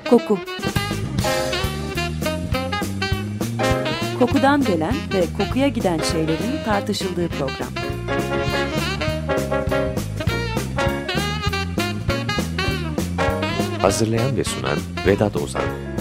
Koku. Kokudan gelen ve kokuya giden şeylerin tartışıldığı program. Hazırlayan ve sunan Vedat Ozan.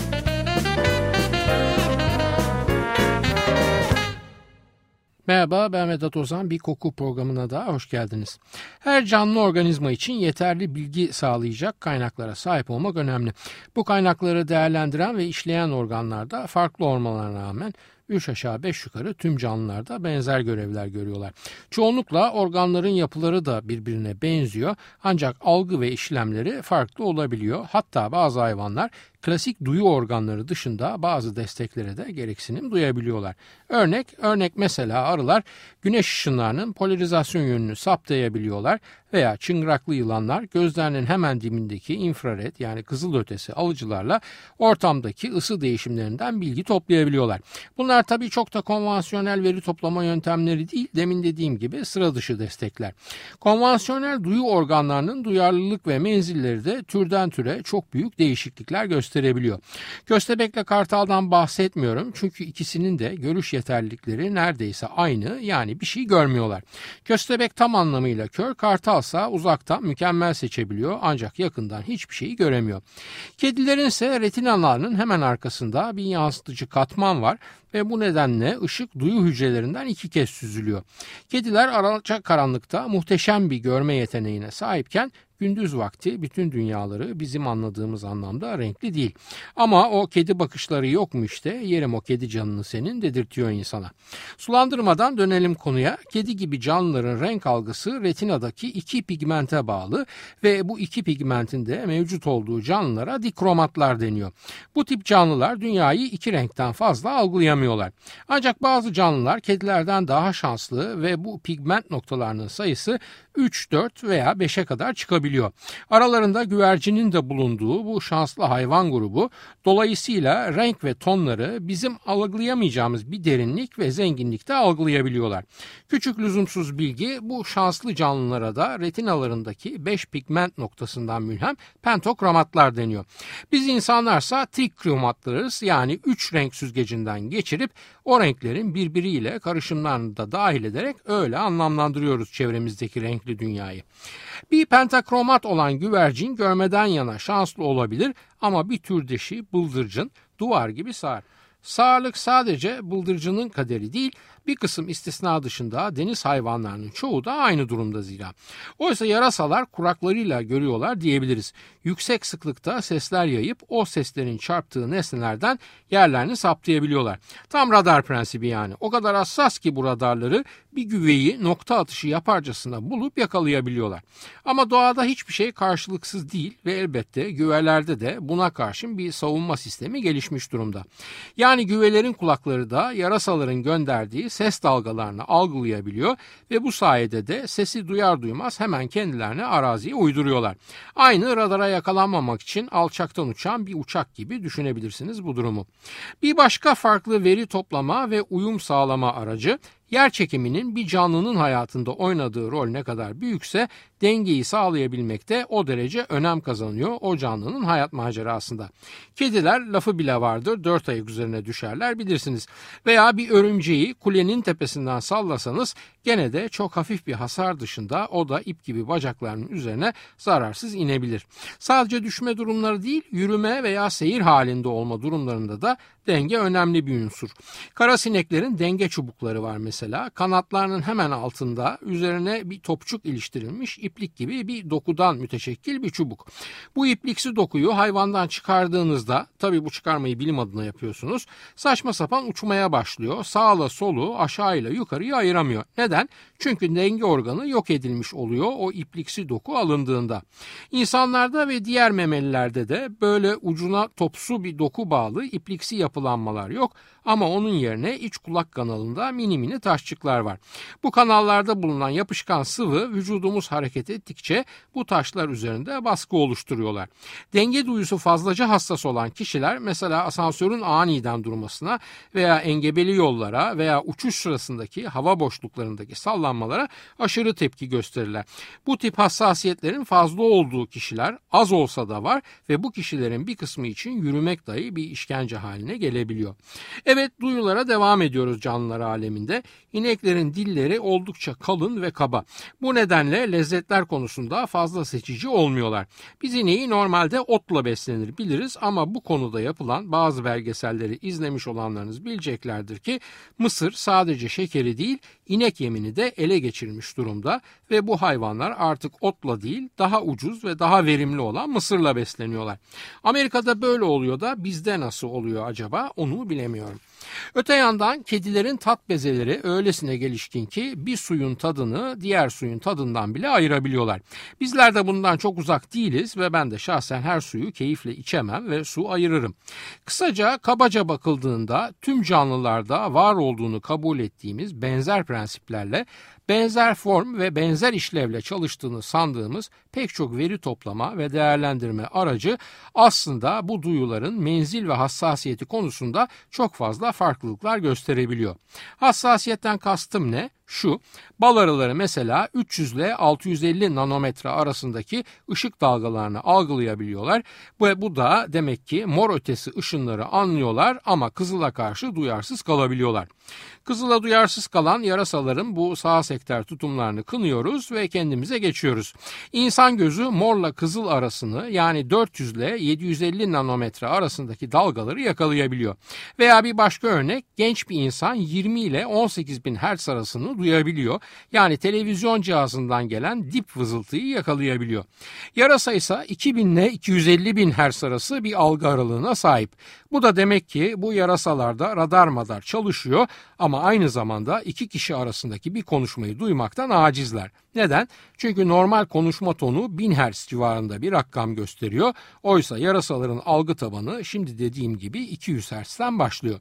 Merhaba, ben Vedat Ozan. Bir koku programına da hoş geldiniz. Her canlı organizma için yeterli bilgi sağlayacak kaynaklara sahip olmak önemli. Bu kaynakları değerlendiren ve işleyen organlarda farklı olmalarına rağmen 3 aşağı 5 yukarı tüm canlılarda benzer görevler görüyorlar. Çoğunlukla organların yapıları da birbirine benziyor ancak algı ve işlemleri farklı olabiliyor. Hatta bazı hayvanlar klasik duyu organları dışında bazı desteklere de gereksinim duyabiliyorlar. Örnek mesela arılar güneş ışınlarının polarizasyon yönünü saptayabiliyorlar veya çıngıraklı yılanlar gözlerinin hemen dibindeki infrared yani kızılötesi alıcılarla ortamdaki ısı değişimlerinden bilgi toplayabiliyorlar. Bunlar tabii çok da konvansiyonel veri toplama yöntemleri değil, demin dediğim gibi sıra dışı destekler. Konvansiyonel duyu organlarının duyarlılık ve menzilleri de türden türe çok büyük değişiklikler gösterebiliyor. Köstebekle kartaldan bahsetmiyorum çünkü ikisinin de görüş yeterlilikleri neredeyse aynı, yani bir şey görmüyorlar. Köstebek tam anlamıyla kör, kartalsa uzaktan mükemmel seçebiliyor ancak yakından hiçbir şeyi göremiyor. Kedilerin ise retinalarının hemen arkasında bir yansıtıcı katman var ve bu nedenle ışık duyu hücrelerinden 2 kez süzülüyor. Kediler alacakaranlıkta muhteşem bir görme yeteneğine sahipken gündüz vakti bütün dünyaları bizim anladığımız anlamda renkli değil. Ama o kedi bakışları yok mu işte, yerim o kedi canını senin dedirtiyor insana. Sulandırmadan dönelim konuya. Kedi gibi canlıların renk algısı retinadaki 2 pigmente bağlı ve bu 2 pigmentin de mevcut olduğu canlılara dikromatlar deniyor. Bu tip canlılar dünyayı 2 renkten fazla algılayamıyorlar. Ancak bazı canlılar kedilerden daha şanslı ve bu pigment noktalarının sayısı 3, 4 veya 5'e kadar çıkabiliyor. Aralarında güvercinin de bulunduğu bu şanslı hayvan grubu dolayısıyla renk ve tonları bizim algılayamayacağımız bir derinlik ve zenginlikte algılayabiliyorlar. Küçük lüzumsuz bilgi, bu şanslı canlılara da retinalarındaki 5 pigment noktasından mülhem pentokromatlar deniyor. Biz insanlarsa trikromatlarız, yani 3 renk süzgecinden geçirip o renklerin birbiriyle karışımlarını da dahil ederek öyle anlamlandırıyoruz çevremizdeki renkli dünyayı. Bir pentakromat olan güvercin görmeden yana şanslı olabilir ama bir türdeşi bıldırcın duvar gibi sağır. Sağırlık sadece bıldırcının kaderi değil, bir kısım istisna dışında deniz hayvanlarının çoğu da aynı durumda zira. Oysa yarasalar kuraklarıyla görüyorlar diyebiliriz. Yüksek sıklıkta sesler yayıp o seslerin çarptığı nesnelerden yerlerini saptayabiliyorlar. Tam radar prensibi yani. O kadar hassas ki bu radarları bir güveyi nokta atışı yaparcasına bulup yakalayabiliyorlar. Ama doğada hiçbir şey karşılıksız değil ve elbette güvelerde de buna karşın bir savunma sistemi gelişmiş durumda. Yani güvelerin kulakları da yarasaların gönderdiği ses dalgalarını algılayabiliyor ve bu sayede de sesi duyar duymaz hemen kendilerine araziye uyduruyorlar. Aynı radara yakalanmamak için alçaktan uçan bir uçak gibi düşünebilirsiniz bu durumu. Bir başka farklı veri toplama ve uyum sağlama aracı, yer çekiminin bir canlının hayatında oynadığı rol ne kadar büyükse dengeyi sağlayabilmekte o derece önem kazanıyor o canlının hayat macerasında. Kediler lafı bile vardır, 4 ayak üzerine düşerler bilirsiniz. Veya bir örümceği kulenin tepesinden sallasanız gene de çok hafif bir hasar dışında o da ip gibi bacaklarının üzerine zararsız inebilir. Sadece düşme durumları değil, yürüme veya seyir halinde olma durumlarında da denge önemli bir unsur. Karasineklerin denge çubukları var mesela. Kanatlarının hemen altında üzerine bir topçuk iliştirilmiş iplik gibi bir dokudan müteşekkil bir çubuk. Bu ipliksi dokuyu hayvandan çıkardığınızda, tabii bu çıkarmayı bilim adına yapıyorsunuz, saçma sapan uçmaya başlıyor. Sağla solu, aşağıyla yukarıyı ayıramıyor. Neden? Çünkü denge organı yok edilmiş oluyor o ipliksi doku alındığında. İnsanlarda ve diğer memelilerde de böyle ucuna topsu bir doku bağlı ipliksi yapılanmalar yok ama onun yerine iç kulak kanalında mini mini taşçıklar var. Bu kanallarda bulunan yapışkan sıvı vücudumuz hareket ettikçe bu taşlar üzerinde baskı oluşturuyorlar. Denge duyusu fazlaca hassas olan kişiler mesela asansörün aniden durmasına veya engebeli yollara veya uçuş sırasındaki hava boşluklarındaki sallanmalara aşırı tepki gösterirler. Bu tip hassasiyetlerin fazla olduğu kişiler az olsa da var ve bu kişilerin bir kısmı için yürümek dahi bir işkence haline gelebiliyor. Evet, duyulara devam ediyoruz canlılar aleminde. İneklerin dilleri oldukça kalın ve kaba. Bu nedenle lezzetler konusunda fazla seçici olmuyorlar. Biz ineği normalde otla beslenir biliriz ama bu konuda yapılan bazı belgeselleri izlemiş olanlarınız bileceklerdir ki Mısır sadece şekeri değil inek yemini de ele geçirmiş durumda ve bu hayvanlar artık otla değil daha ucuz ve daha verimli olan mısırla besleniyorlar. Amerika'da böyle oluyor da bizde nasıl oluyor acaba onu bilemiyorum. Öte yandan kedilerin tat bezeleri öylesine gelişkin ki bir suyun tadını diğer suyun tadından bile ayırabiliyorlar. Bizler de bundan çok uzak değiliz ve ben de şahsen her suyu keyifle içemem ve su ayırırım. Kısaca kabaca bakıldığında tüm canlılarda var olduğunu kabul ettiğimiz benzer prensiplerle, benzer form ve benzer işlevle çalıştığını sandığımız pek çok veri toplama ve değerlendirme aracı aslında bu duyuların menzil ve hassasiyeti konusunda çok fazla farklılıklar gösterebiliyor. Hassasiyetten kastım ne? Şu, bal arıları mesela 300 ile 650 nanometre arasındaki ışık dalgalarını algılayabiliyorlar ve bu da demek ki mor ötesi ışınları anlıyorlar ama kızıla karşı duyarsız kalabiliyorlar. Kızıla duyarsız kalan yarasaların bu sağ sektör tutumlarını kınıyoruz ve kendimize geçiyoruz. İnsan gözü morla kızıl arasını yani 400 ile 750 nanometre arasındaki dalgaları yakalayabiliyor. Veya bir başka örnek, genç bir insan 20 ile 18 bin Hz arasını duyabiliyor. Yani televizyon cihazından gelen dip vızıltıyı yakalayabiliyor. Yarasa ise 2000 ile 250 bin Hz arası bir algı aralığına sahip. Bu da demek ki bu yarasalarda radar madar çalışıyor ama aynı zamanda iki kişi arasındaki bir konuşmayı duymaktan acizler. Neden? Çünkü normal konuşma tonu 1000 Hz civarında bir rakam gösteriyor. Oysa yarasaların algı tabanı şimdi dediğim gibi 200 Hz'den başlıyor.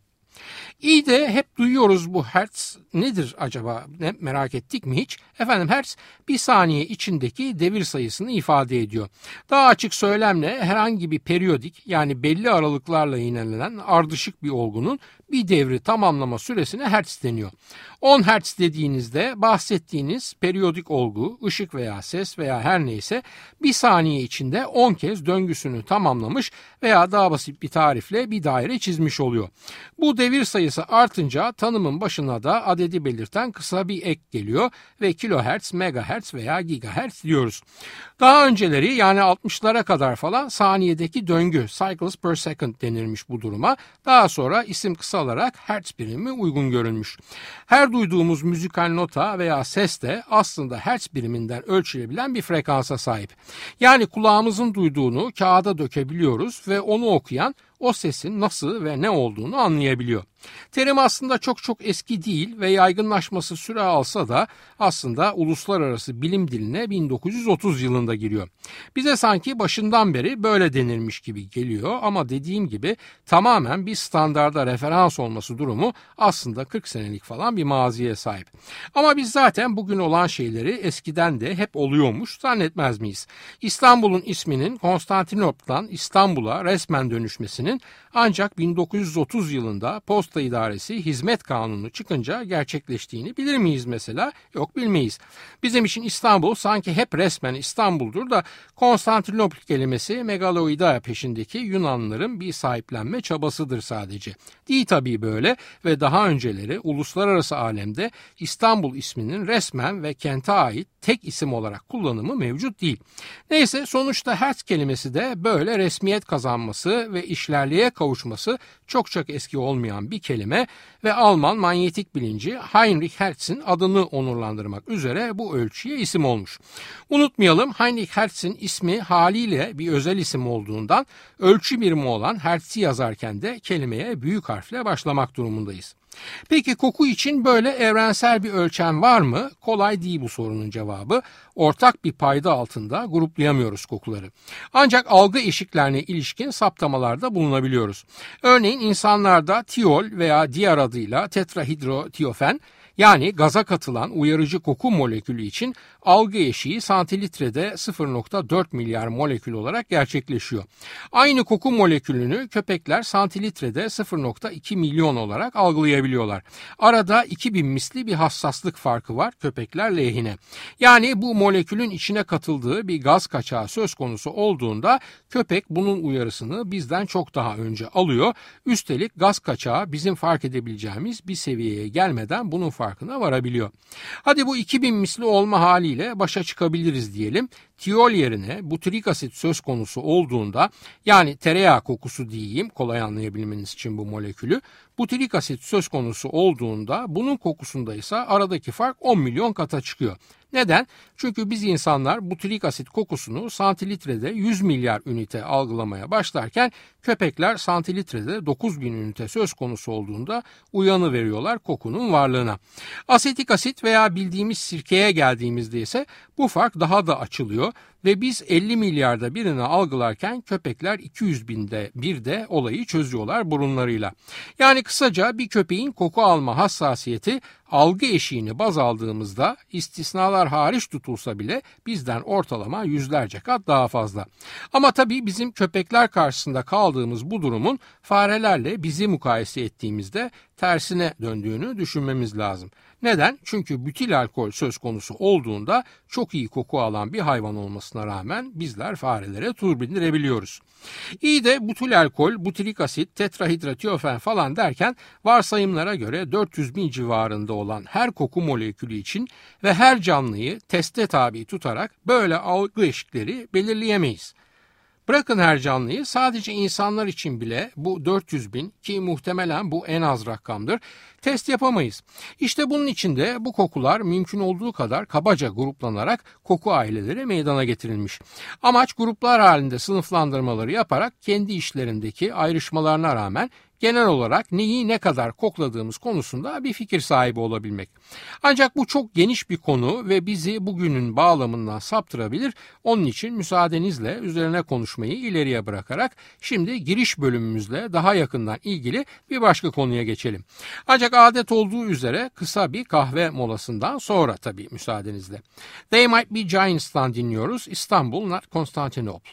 İyi de hep duyuyoruz bu hertz nedir acaba? Merak ettik mi hiç? Efendim hertz bir saniye içindeki devir sayısını ifade ediyor. Daha açık söylemle herhangi bir periyodik yani belli aralıklarla yinelenen ardışık bir olgunun bir devri tamamlama süresine hertz deniyor. 10 hertz dediğinizde bahsettiğiniz periyodik olgu, ışık veya ses veya her neyse bir saniye içinde 10 kez döngüsünü tamamlamış veya daha basit bir tarifle bir daire çizmiş oluyor. Bu devir sayısı artınca tanımın başına da adedi belirten kısa bir ek geliyor ve kilohertz, megahertz veya gigahertz diyoruz. Daha önceleri yani 60'lara kadar falan saniyedeki döngü cycles per second denirmiş bu duruma. Daha sonra isim kısalarak hertz birimi uygun görülmüş. Her duyduğumuz müzikal nota veya ses de aslında hertz biriminden ölçülebilen bir frekansa sahip. Yani kulağımızın duyduğunu kağıda dökebiliyoruz ve onu okuyan o sesin nasıl ve ne olduğunu anlayabiliyor. Terim aslında çok eski değil ve yaygınlaşması süre alsa da aslında uluslararası bilim diline 1930 yılında giriyor. Bize sanki başından beri böyle denilmiş gibi geliyor ama dediğim gibi tamamen bir standarda referans olması durumu aslında 40 senelik falan bir maziye sahip. Ama biz zaten bugün olan şeyleri eskiden de hep oluyormuş zannetmez miyiz? İstanbul'un isminin Konstantinopol'dan İstanbul'a resmen dönüşmesinin ancak 1930 yılında Posta İdaresi Hizmet Kanunu çıkınca gerçekleştiğini bilir miyiz mesela? Yok, bilmeyiz. Bizim için İstanbul sanki hep resmen İstanbul'dur da Konstantinopol kelimesi megaloidea peşindeki Yunanlıların bir sahiplenme çabasıdır sadece. Değil tabii böyle ve daha önceleri uluslararası alemde İstanbul isminin resmen ve kente ait tek isim olarak kullanımı mevcut değil. Neyse sonuçta Hertz kelimesi de böyle resmiyet kazanması ve işlerliğe kavuşması çok eski olmayan bir kelime ve Alman manyetik bilimci Heinrich Hertz'in adını onurlandırmak üzere bu ölçüye isim olmuş. Unutmayalım, Heinrich Hertz'in ismi haliyle bir özel isim olduğundan ölçü birimi olan Hertz'i yazarken de kelimeye büyük harfle başlamak durumundayız. Peki koku için böyle evrensel bir ölçem var mı? Kolay değil bu sorunun cevabı. Ortak bir payda altında gruplayamıyoruz kokuları. Ancak algı eşiklerine ilişkin saptamalarda bulunabiliyoruz. Örneğin insanlarda tiol veya diğer adıyla tetrahidrotiyofen, Yani gaza katılan uyarıcı koku molekülü için algı eşiği santilitrede 0,4 milyar molekül olarak gerçekleşiyor. Aynı koku molekülünü köpekler santilitrede 0,2 milyon olarak algılayabiliyorlar. Arada 2000 misli bir hassaslık farkı var köpekler lehine. Yani bu molekülün içine katıldığı bir gaz kaçağı söz konusu olduğunda köpek bunun uyarısını bizden çok daha önce alıyor. Üstelik gaz kaçağı bizim fark edebileceğimiz bir seviyeye gelmeden bunun farkına varabiliyor. Hadi bu 2000 misli olma haliyle başa çıkabiliriz diyelim. Tiyol yerine butyrik asit söz konusu olduğunda, yani tereyağı kokusu diyeyim kolay anlayabilmeniz için bu molekülü, butyrik asit söz konusu olduğunda bunun kokusunda ise aradaki fark 10 milyon kata çıkıyor. Neden? Çünkü biz insanlar butyrik asit kokusunu santilitrede 100 milyar ünite algılamaya başlarken köpekler santilitrede 9000 ünite söz konusu olduğunda uyanıveriyorlar kokunun varlığına. Asetik asit veya bildiğimiz sirkeye geldiğimizde ise bu fark daha da açılıyor ve biz 50 milyarda birini algılarken köpekler 200 binde bir de olayı çözüyorlar burunlarıyla. Yani kısaca bir köpeğin koku alma hassasiyeti algı eşiğini baz aldığımızda, istisnalar hariç tutulsa bile bizden ortalama yüzlerce kat daha fazla. Ama tabii bizim köpekler karşısında kaldığımız bu durumun farelerle bizi mukayese ettiğimizde tersine döndüğünü düşünmemiz lazım. Neden? Çünkü butil alkol söz konusu olduğunda çok iyi koku alan bir hayvan olmasına rağmen bizler farelere tur bindirebiliyoruz. İyi de butil alkol, butirik asit, tetrahidratiofen falan derken varsayımlara göre 400 bin civarında olan her koku molekülü için ve her canlıyı teste tabi tutarak böyle algı eşikleri belirleyemeyiz. Bırakın her canlıyı, sadece insanlar için bile bu 400 bin, ki muhtemelen bu en az rakamdır, test yapamayız. İşte bunun için de bu kokular mümkün olduğu kadar kabaca gruplanarak koku aileleri meydana getirilmiş. Amaç gruplar halinde sınıflandırmaları yaparak kendi işlerindeki ayrışmalarına rağmen genel olarak neyi ne kadar kokladığımız konusunda bir fikir sahibi olabilmek. Ancak bu çok geniş bir konu ve bizi bugünün bağlamından saptırabilir. Onun için müsaadenizle üzerine konuşmayı ileriye bırakarak şimdi giriş bölümümüzle daha yakından ilgili bir başka konuya geçelim. Ancak adet olduğu üzere kısa bir kahve molasından sonra tabii müsaadenizle. They Might Be Giants'tan dinliyoruz. İstanbul, not Constantinople.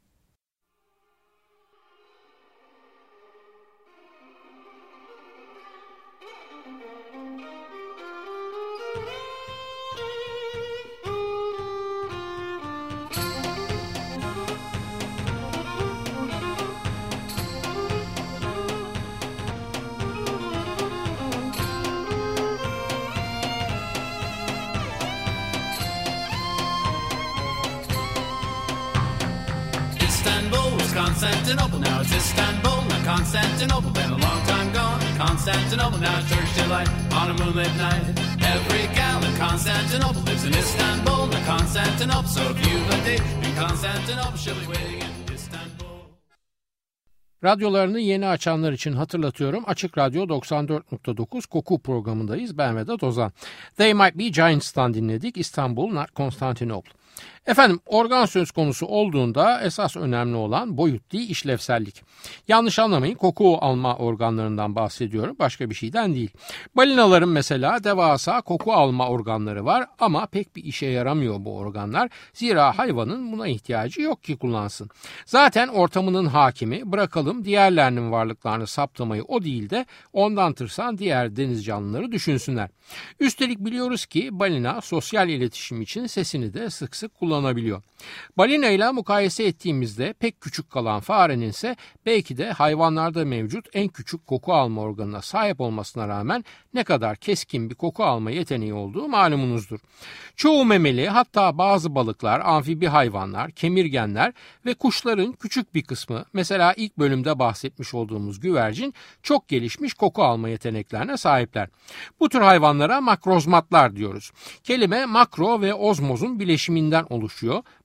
Constantinople, now it's Istanbul, not Constantinople, been a long time gone. Constantinople, now it's church delight on a moonlit night. Every gal in Constantinople lives in Istanbul, not Constantinople, so if you've a date in Constantinople, she'll be waiting in Istanbul. Radyolarını yeni açanlar için hatırlatıyorum. Açık Radyo 94.9 Koku programındayız. Ben Vedat Ozan. They Might Be Giants'tan dinledik. İstanbul, not Constantinople. Efendim, organ söz konusu olduğunda esas önemli olan boyut değil, işlevsellik. Yanlış anlamayın, koku alma organlarından bahsediyorum, başka bir şeyden değil. Balinaların mesela devasa koku alma organları var ama pek bir işe yaramıyor bu organlar. Zira hayvanın buna ihtiyacı yok ki kullansın. Zaten ortamının hakimi, bırakalım diğerlerinin varlıklarını saptamayı o değil de ondan tırsan diğer deniz canlıları düşünsünler. Üstelik biliyoruz ki balina sosyal iletişim için sesini de sık sık kullanabiliyor. Balina ile mukayese ettiğimizde pek küçük kalan farenin ise belki de hayvanlarda mevcut en küçük koku alma organına sahip olmasına rağmen ne kadar keskin bir koku alma yeteneği olduğu malumunuzdur. Çoğu memeli, hatta bazı balıklar, amfibi hayvanlar, kemirgenler ve kuşların küçük bir kısmı, mesela ilk bölümde bahsetmiş olduğumuz güvercin, çok gelişmiş koku alma yeteneklerine sahipler. Bu tür hayvanlara makrozmatlar diyoruz. Kelime makro ve ozmozun bileşiminden oluşuyor.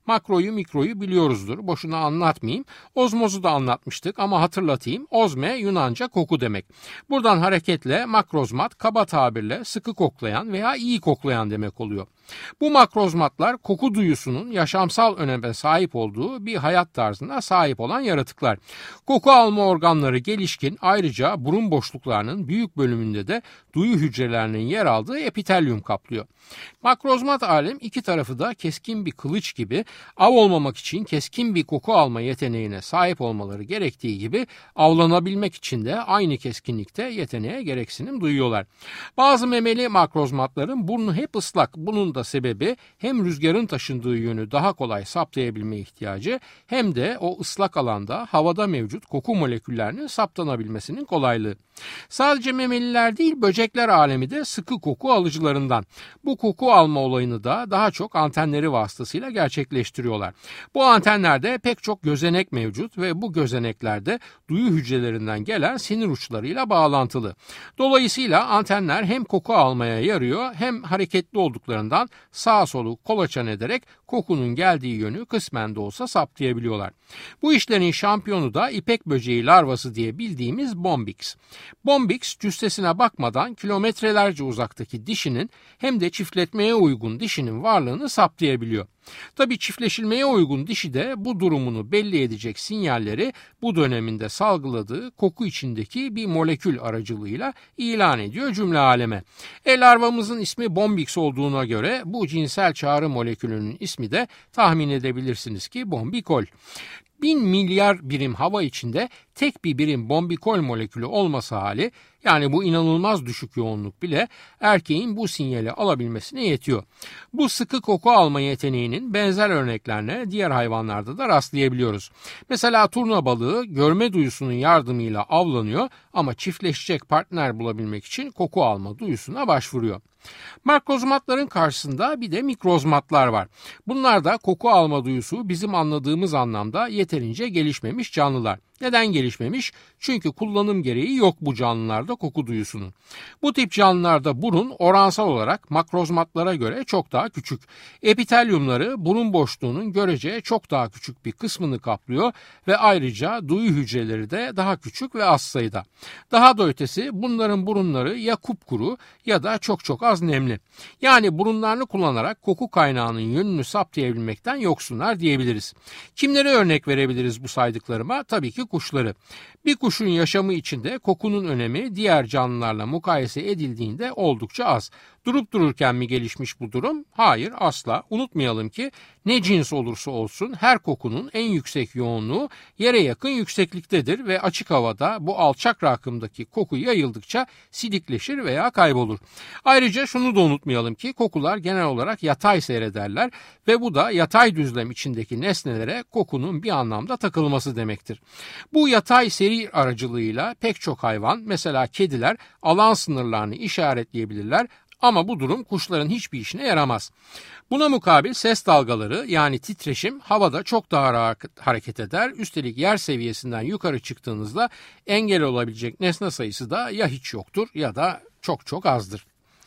Makroyu mikroyu biliyoruzdur. Boşuna anlatmayayım. Ozmozu da anlatmıştık ama hatırlatayım. Ozme Yunanca koku demek. Buradan hareketle makrozmat kaba tabirle sıkı koklayan veya iyi koklayan demek oluyor. Bu makrozmatlar koku duyusunun yaşamsal öneme sahip olduğu bir hayat tarzına sahip olan yaratıklar. Koku alma organları gelişkin, ayrıca burun boşluklarının büyük bölümünde de duyu hücrelerinin yer aldığı epitelyum kaplıyor. Makrozmat alem iki tarafı da keskin bir kılıç gibi, av olmamak için keskin bir koku alma yeteneğine sahip olmaları gerektiği gibi avlanabilmek için de aynı keskinlikte yeteneğe gereksinim duyuyorlar. Bazı memeli makrozmatların burnu hep ıslak. Bunun da sebebi hem rüzgarın taşındığı yönü daha kolay saptayabilme ihtiyacı hem de o ıslak alanda havada mevcut koku moleküllerinin saptanabilmesinin kolaylığı. Sadece memeliler değil, böcekler alemi de sıkı koku alıcılarından. Bu koku alma olayını da daha çok antenleri vasıtasıyla gerçekleştiriyorlar. Bu antenlerde pek çok gözenek mevcut ve bu gözeneklerde duyu hücrelerinden gelen sinir uçlarıyla bağlantılı. Dolayısıyla antenler hem koku almaya yarıyor hem hareketli olduklarından sağa solu kolaçan ederek kokunun geldiği yönü kısmen de olsa saptayabiliyorlar. Bu işlerin şampiyonu da ipek böceği larvası diye bildiğimiz Bombyx. Bombyx cüssesine bakmadan kilometrelerce uzaktaki dişinin hem de çiftletmeye uygun dişinin varlığını saptayabiliyor. Tabii çiftleşilmeye uygun dişi de bu durumunu belli edecek sinyalleri bu döneminde salgıladığı koku içindeki bir molekül aracılığıyla ilan ediyor cümle aleme. Larvamızın ismi Bombyx olduğuna göre bu cinsel çağrı molekülünün ismi de tahmin edebilirsiniz ki bombikol. 1000 milyar birim hava içinde tek bir birim bombikol molekülü olması hali, yani bu inanılmaz düşük yoğunluk bile erkeğin bu sinyali alabilmesine yetiyor. Bu sıkı koku alma yeteneğinin benzer örneklerine diğer hayvanlarda da rastlayabiliyoruz. Mesela turna balığı görme duyusunun yardımıyla avlanıyor ama çiftleşecek partner bulabilmek için koku alma duyusuna başvuruyor. Makrozmatların karşısında bir de mikrozmatlar var. Bunlar da koku alma duyusu bizim anladığımız anlamda yeterince gelişmemiş canlılar. Neden gelişmemiş? Çünkü kullanım gereği yok bu canlılarda koku duyusunun. Bu tip canlılarda burun oransal olarak makrozmatlara göre çok daha küçük. Epitelyumları burun boşluğunun görece çok daha küçük bir kısmını kaplıyor ve ayrıca duyu hücreleri de daha küçük ve az sayıda. Daha da ötesi bunların burunları ya kupkuru ya da çok az nemli. Yani burunlarını kullanarak koku kaynağının yönünü saptayabilmekten yoksunlar diyebiliriz. Kimlere örnek verebiliriz bu saydıklarıma? Tabii ki kuşları. Bir kuşun yaşamı içinde kokunun önemi diğer canlılarla mukayese edildiğinde oldukça az. Durup dururken mi gelişmiş bu durum? Hayır, asla. Unutmayalım ki ne cins olursa olsun her kokunun en yüksek yoğunluğu yere yakın yüksekliktedir ve açık havada bu alçak rakımdaki koku yayıldıkça sidikleşir veya kaybolur. Ayrıca şunu da unutmayalım ki kokular genel olarak yatay seyrederler ve bu da yatay düzlem içindeki nesnelere kokunun bir anlamda takılması demektir. Bu yatay seyir aracılığıyla pek çok hayvan, mesela kediler, alan sınırlarını işaretleyebilirler. Ama bu durum kuşların hiçbir işine yaramaz. Buna mukabil ses dalgaları, yani titreşim, havada çok daha rahat hareket eder. Üstelik yer seviyesinden yukarı çıktığınızda engel olabilecek nesne sayısı da ya hiç yoktur ya da çok azdır.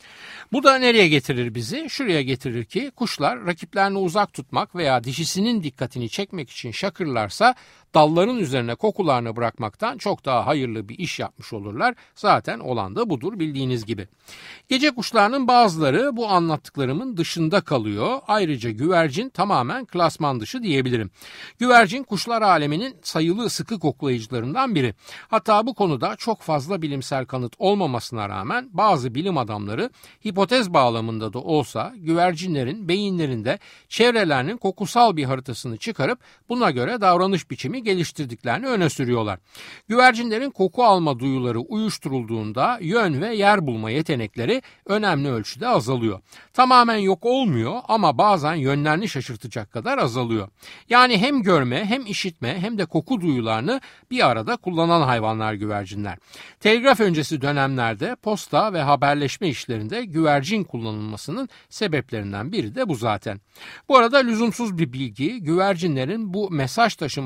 Bu da nereye getirir bizi? Şuraya getirir ki kuşlar rakiplerini uzak tutmak veya dişisinin dikkatini çekmek için şakırlarsa dalların üzerine kokularını bırakmaktan çok daha hayırlı bir iş yapmış olurlar. Zaten olan da budur bildiğiniz gibi. Gece kuşlarının bazıları bu anlattıklarımın dışında kalıyor. Ayrıca güvercin tamamen klasman dışı diyebilirim. Güvercin kuşlar aleminin sayılı sıkı koklayıcılarından biri. Hatta bu konuda çok fazla bilimsel kanıt olmamasına rağmen bazı bilim adamları hipotez bağlamında da olsa güvercinlerin beyinlerinde çevrelerinin kokusal bir haritasını çıkarıp buna göre davranış biçimi geliştirdiklerini öne sürüyorlar. Güvercinlerin koku alma duyuları uyuşturulduğunda yön ve yer bulma yetenekleri önemli ölçüde azalıyor. Tamamen yok olmuyor ama bazen yönlerini şaşırtacak kadar azalıyor. Yani hem görme hem işitme hem de koku duyularını bir arada kullanan hayvanlar güvercinler. Telgraf öncesi dönemlerde posta ve haberleşme işlerinde güvercin kullanılmasının sebeplerinden biri de bu zaten. Bu arada lüzumsuz bir bilgi, güvercinlerin bu mesaj taşıma işi için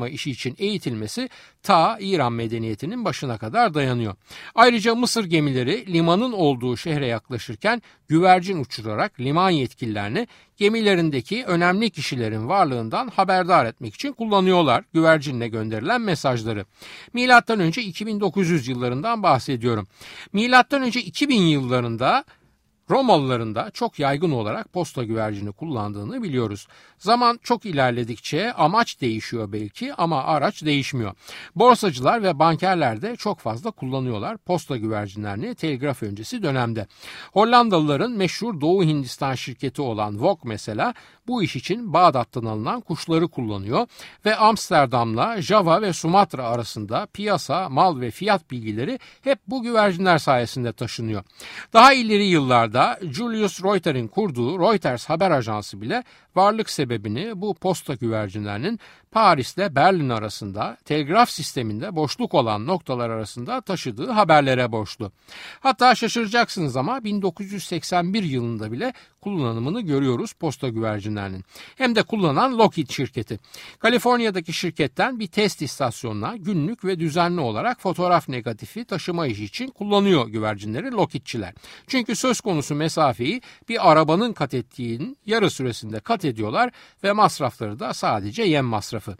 için eğitilmesi ta İran medeniyetinin başına kadar dayanıyor. Ayrıca Mısır gemileri limanın olduğu şehre yaklaşırken güvercin uçurarak liman yetkililerini gemilerindeki önemli kişilerin varlığından haberdar etmek için kullanıyorlar güvercinle gönderilen mesajları. Milattan önce 2900 yıllarından bahsediyorum. Milattan önce 2000 yıllarında Romalıların da çok yaygın olarak posta güvercini kullandığını biliyoruz. Zaman çok ilerledikçe amaç değişiyor belki ama araç değişmiyor. Borsacılar ve bankerler de çok fazla kullanıyorlar posta güvercinlerini telgraf öncesi dönemde. Hollandalıların meşhur Doğu Hindistan şirketi olan Vok mesela bu iş için Bağdat'tan alınan kuşları kullanıyor ve Amsterdam'la Java ve Sumatra arasında piyasa, mal ve fiyat bilgileri hep bu güvercinler sayesinde taşınıyor. Daha ileri yıllarda Julius Reuter'in kurduğu Reuters haber ajansı bile varlık sebebini bu posta güvercinlerinin Paris'le Berlin arasında telgraf sisteminde boşluk olan noktalar arasında taşıdığı haberlere borçlu. Hatta şaşıracaksınız ama 1981 yılında bile kullanımını görüyoruz posta güvercinlerinin. Hem de kullanan Lockheed şirketi. Kaliforniya'daki şirketten bir test istasyonuna günlük ve düzenli olarak fotoğraf negatifi taşıma işi için kullanıyor güvercinleri Lockheed'çiler. Çünkü söz konusu mesafeyi bir arabanın kat ettiğinin yarı süresinde kat ediyorlar ve masrafları da sadece yem masrafı.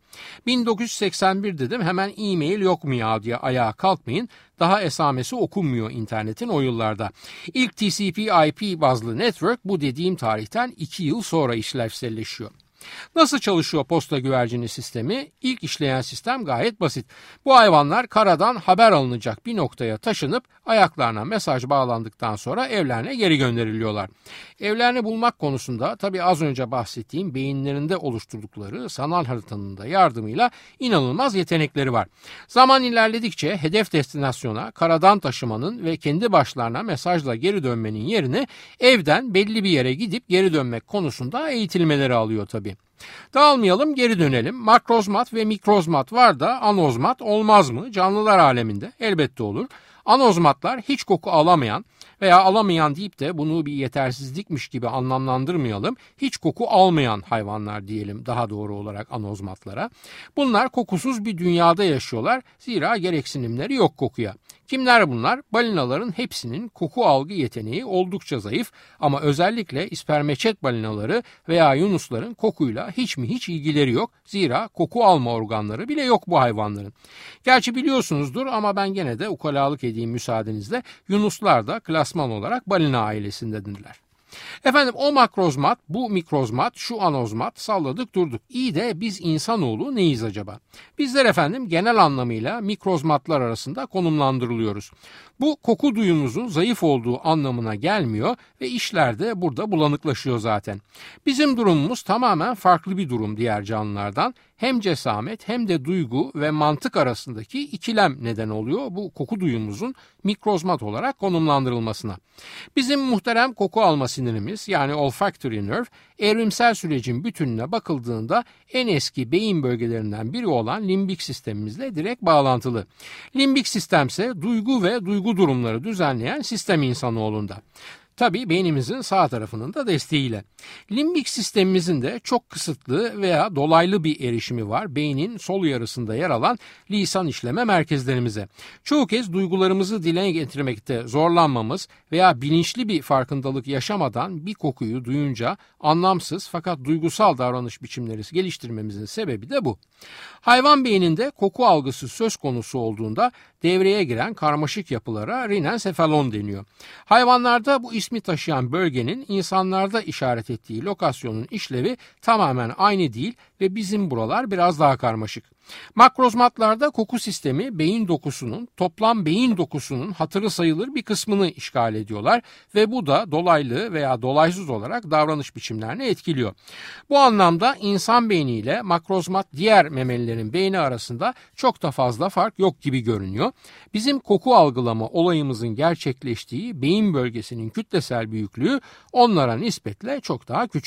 1981 dedim, hemen e-mail yok mu ya diye ayağa kalkmayın. Daha esamesi okunmuyor internetin o yıllarda. İlk TCP/IP bazlı network bu dediğim tarihten 2 yıl sonra işlevselleşiyor. Nasıl çalışıyor posta güvercini sistemi? İlk işleyen sistem gayet basit. Bu hayvanlar karadan haber alınacak bir noktaya taşınıp ayaklarına mesaj bağlandıktan sonra evlerine geri gönderiliyorlar. Evlerini bulmak konusunda tabii az önce bahsettiğim beyinlerinde oluşturdukları sanal haritanın da yardımıyla inanılmaz yetenekleri var. Zaman ilerledikçe hedef destinasyona karadan taşımanın ve kendi başlarına mesajla geri dönmenin yerine evden belli bir yere gidip geri dönmek konusunda eğitilmeleri alıyor tabii. Dağılmayalım, geri dönelim. Makrozmat ve mikrozmat var da anozmat olmaz mı? Canlılar aleminde elbette olur. Anozmatlar hiç koku alamayan veya alamayan deyip de bunu bir yetersizlikmiş gibi anlamlandırmayalım. Hiç koku almayan hayvanlar diyelim daha doğru olarak anozmatlara. Bunlar kokusuz bir dünyada yaşıyorlar. Zira gereksinimleri yok kokuya. Kimler bunlar? Balinaların hepsinin koku algı yeteneği oldukça zayıf ama özellikle ispermeçet balinaları veya yunusların kokuyla hiç ilgileri yok. Zira koku alma organları bile yok bu hayvanların. Gerçi biliyorsunuzdur ama ben gene de ukalalık edeyim müsaadenizle. Yunuslar da klasman olarak balina ailesindedirler. Efendim o makrozmat, bu mikrozmat, şu anozmat salladık durduk. İyi de biz insanoğlu neyiz acaba? Bizler efendim genel anlamıyla mikrozmatlar arasında konumlandırılıyoruz. Bu koku duyumuzun zayıf olduğu anlamına gelmiyor ve işler de burada bulanıklaşıyor zaten. Bizim durumumuz tamamen farklı bir durum diğer canlılardan. Hem cesamet hem de duygu ve mantık arasındaki ikilem neden oluyor bu koku duyumuzun mikrozmat olarak konumlandırılmasına. Bizim muhterem koku alma sinirimiz yani olfactory nerve evrimsel sürecin bütününe bakıldığında en eski beyin bölgelerinden biri olan limbik sistemimizle direkt bağlantılı. Limbik sistemse duygu ve duygu durumları düzenleyen sistem insanoğlunda. Tabii beynimizin sağ tarafının da desteğiyle. Limbik sistemimizin de çok kısıtlı veya dolaylı bir erişimi var beynin sol yarısında yer alan lisan işleme merkezlerimize. Çoğu kez duygularımızı dile getirmekte zorlanmamız veya bilinçli bir farkındalık yaşamadan bir kokuyu duyunca anlamsız fakat duygusal davranış biçimleri geliştirmemizin sebebi de bu. Hayvan beyninde koku algısı söz konusu olduğunda devreye giren karmaşık yapılara rinensefalon deniyor. Hayvanlarda bu ismi taşıyan bölgenin insanlarda işaret ettiği lokasyonun işlevi tamamen aynı değil ve bizim buralar biraz daha karmaşık. Makrozmatlarda koku sistemi beyin dokusunun toplam beyin dokusunun hatırı sayılır bir kısmını işgal ediyorlar ve bu da dolaylı veya dolaysız olarak davranış biçimlerini etkiliyor. Bu anlamda insan beyniyle makrozmat diğer memelilerin beyni arasında çok da fazla fark yok gibi görünüyor. Bizim koku algılama olayımızın gerçekleştiği beyin bölgesinin kütlesel büyüklüğü onlara nispetle çok daha küçük.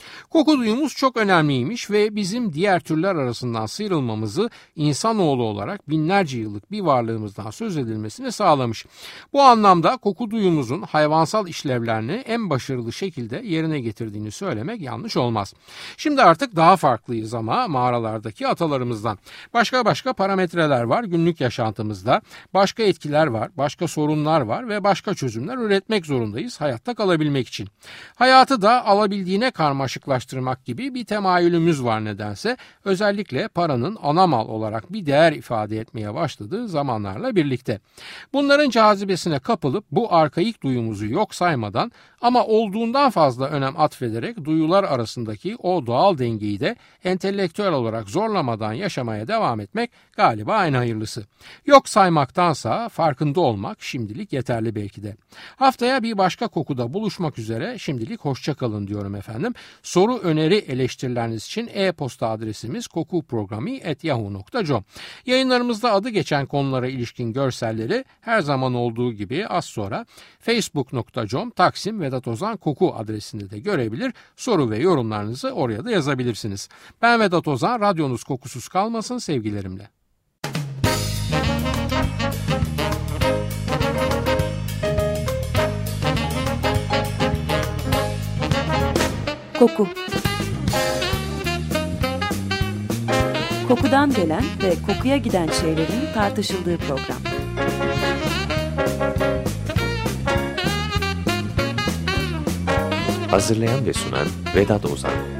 Koku duyumuz çok önemliymiş ve bizim diğer türler arasından sıyrılmamızı insanoğlu olarak binlerce yıllık bir varlığımızdan söz edilmesini sağlamış. Bu anlamda koku duyumuzun hayvansal işlevlerini en başarılı şekilde yerine getirdiğini söylemek yanlış olmaz. Şimdi artık daha farklıyız ama mağaralardaki atalarımızdan. Başka parametreler var günlük yaşantımızda, başka etkiler var, başka sorunlar var ve başka çözümler üretmek zorundayız hayatta kalabilmek için. Hayatı da alabildiğine karmaşıklaştırmak gibi bir temayülümüz var nedense. Özellikle paranın ana mal olarak bir değer ifade etmeye başladığı zamanlarla birlikte. Bunların cazibesine kapılıp bu arkaik duyumuzu yok saymadan ama olduğundan fazla önem atfederek duyular arasındaki o doğal dengeyi de entelektüel olarak zorlamadan yaşamaya devam etmek galiba en hayırlısı. Yok saymaktansa farkında olmak şimdilik yeterli belki de. Haftaya bir başka kokuda buluşmak üzere şimdilik hoşça kalın diyorum efendim. Soru, öneri, eleştirileriniz için e-posta adresimiz kokuprogrami@yahoo.com. Yayınlarımızda adı geçen konulara ilişkin görselleri her zaman olduğu gibi az sonra facebook.com/Vedat Ozan Koku adresinde de görebilir. Soru ve yorumlarınızı oraya da yazabilirsiniz. Ben Vedat Ozan, radyonuz kokusuz kalmasın sevgilerimle. Koku. Kokudan gelen ve kokuya giden şeylerin tartışıldığı program. Hazırlayan ve sunan Vedat Ozan.